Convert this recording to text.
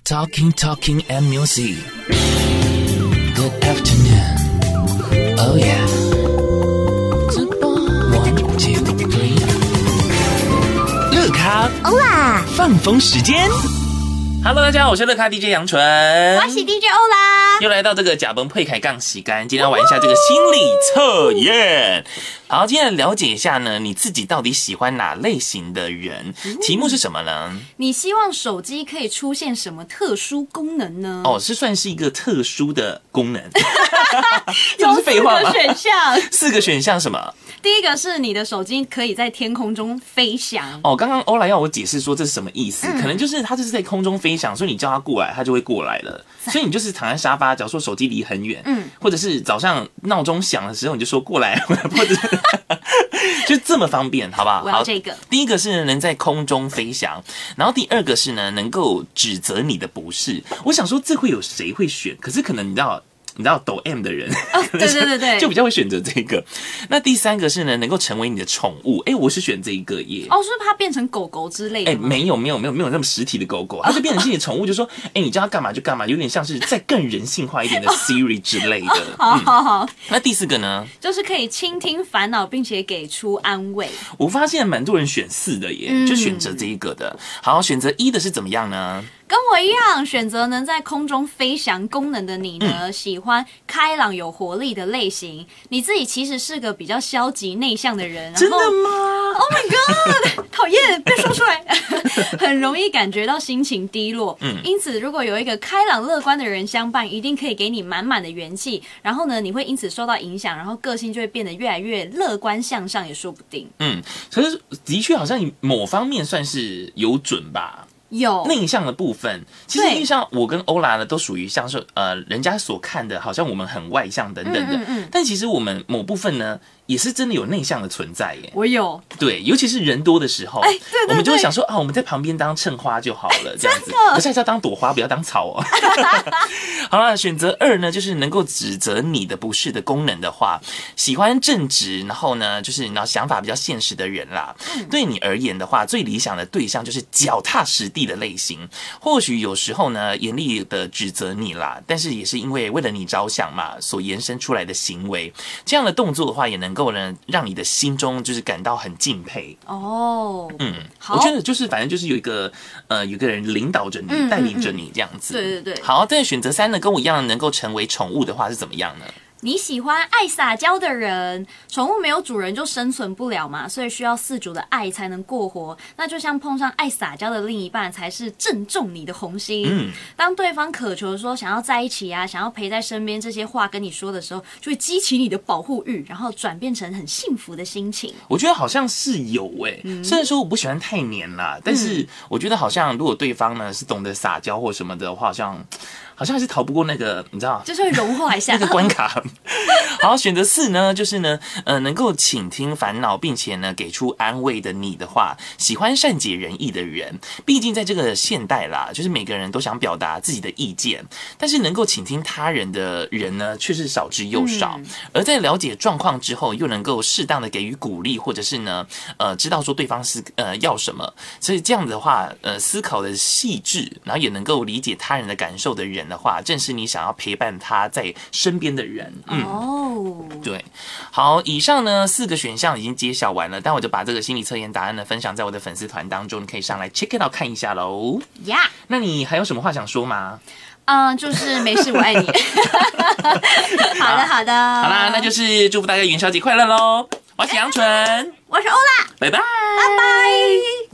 Talking and music. Good afternoon. Oh yeah. 1, 2, 3. 乐咖欧啦，放风时间。Hello， 大家好，我是乐咖 DJ 杨纯， 我是 DJ 欧啦， 又来到这个甲崩配凯杠洗干，今天要玩一下这个心理测验。好，今天来了解一下呢，你自己到底喜欢哪类型的人？题目是什么呢？ 你希望手机可以出现什么特殊功能呢？ 哦，是算是一个特殊的功能，这不是废话吗？ 有4个选项 ，4个选项什么？ 第一个是你的手机可以在天空中飞翔。 哦，刚刚欧莱要我解释说这是什么意思，可能就是它就是在空中飞翔，所以你叫它过来，它就会过来了。所以你就是躺在沙发，假如说手机离很远，或者是早上闹钟响的时候，你就说过来，或者是就这么方便，好不好？ 我要这个。 第一个是能在空中飞翔，然后第二个是呢能够指责你的不是。我想说这会有谁会选？可是可能你知道抖 M 的人， 对， 就比较会选择这个。那第三个是呢，能够成为你的宠物。我是选这一个耶。 哦，是不是它变成狗狗之类的吗？ 没有那么实体的狗狗，它就变成是你的宠物，就说，你叫它干嘛就干嘛，有点像是再更人性化一点的 Siri 之类的。 好。 那第四个呢？ 就是可以倾听烦恼，并且给出安慰。 我发现蛮多人选4的耶，就选择这一个的。好，选择1的是怎么样呢？ 跟我一样，选择能在空中飞翔功能的你呢，喜欢开朗有活力的类型。你自己其实是个比较消极内向的人， 真的吗 ？Oh my god， 讨厌，别说出来，很容易感觉到心情低落。因此如果有一个开朗乐观的人相伴，一定可以给你满满的元气。然后呢，你会因此受到影响，然后个性就会变得越来越乐观向上，也说不定。 可是的确好像你某方面算是有准吧。 有内向的部分，其实因为像我跟欧拉呢，都属于像是人家所看的，好像我们很外向等等的，但其实我们某部分呢，也是真的有内向的存在耶。 我有， 对，尤其是人多的时候， 对， 我们就会想说我们在旁边当衬花就好了，这样子。可是还是要当朵花，不要当草哦。好了，选择2呢，就是能够指责你的不是的功能的话，喜欢正直，然后呢，就是想法比较现实的人啦。对你而言的话，最理想的对象就是脚踏实地的类型。或许有时候呢，严厉的指责你啦，但是也是因为为了你着想嘛，所延伸出来的行为。这样的动作的话，也能够呢，让你的心中就是感到很敬佩。 哦， 我觉得就是反正就是有一个人领导着你，带领着你这样子。 对。 好，再选择3呢，跟我一样能够成为宠物的话是怎么样呢？ 你喜欢爱撒娇的人，宠物没有主人就生存不了嘛，所以需要饲主的爱才能过活。那就像碰上爱撒娇的另一半，才是正中你的红心。当对方渴求说想要在一起啊，想要陪在身边这些话跟你说的时候，就会激起你的保护欲，然后转变成很幸福的心情。 我觉得好像是有虽然说我不喜欢太黏啦，但是我觉得好像如果对方呢是懂得撒娇或什么的话，好像还是逃不过那个，你知道， 就是会融化一下那个关卡。好，选择4呢，就是呢，能够倾听烦恼，并且呢给出安慰的你的话，喜欢善解人意的人。毕竟在这个现代啦，就是每个人都想表达自己的意见，但是能够倾听他人的人呢，却是少之又少。而在了解状况之后，又能够适当的给予鼓励，或者是呢，知道说对方是要什么。所以这样的话，思考的细致，然后也能够理解他人的感受的人的话，正是你想要陪伴他在身边的人。对。好，以上呢4个选项已经揭晓完了，但我就把这个心理测验答案呢分享在我的粉丝团当中，你可以上来 check it out 看一下喽。那你还有什么话想说吗？ 就是没事，我爱你。好的。 好啦，那就是祝福大家元宵节快乐喽！我是杨纯， 我是欧啦， 拜拜。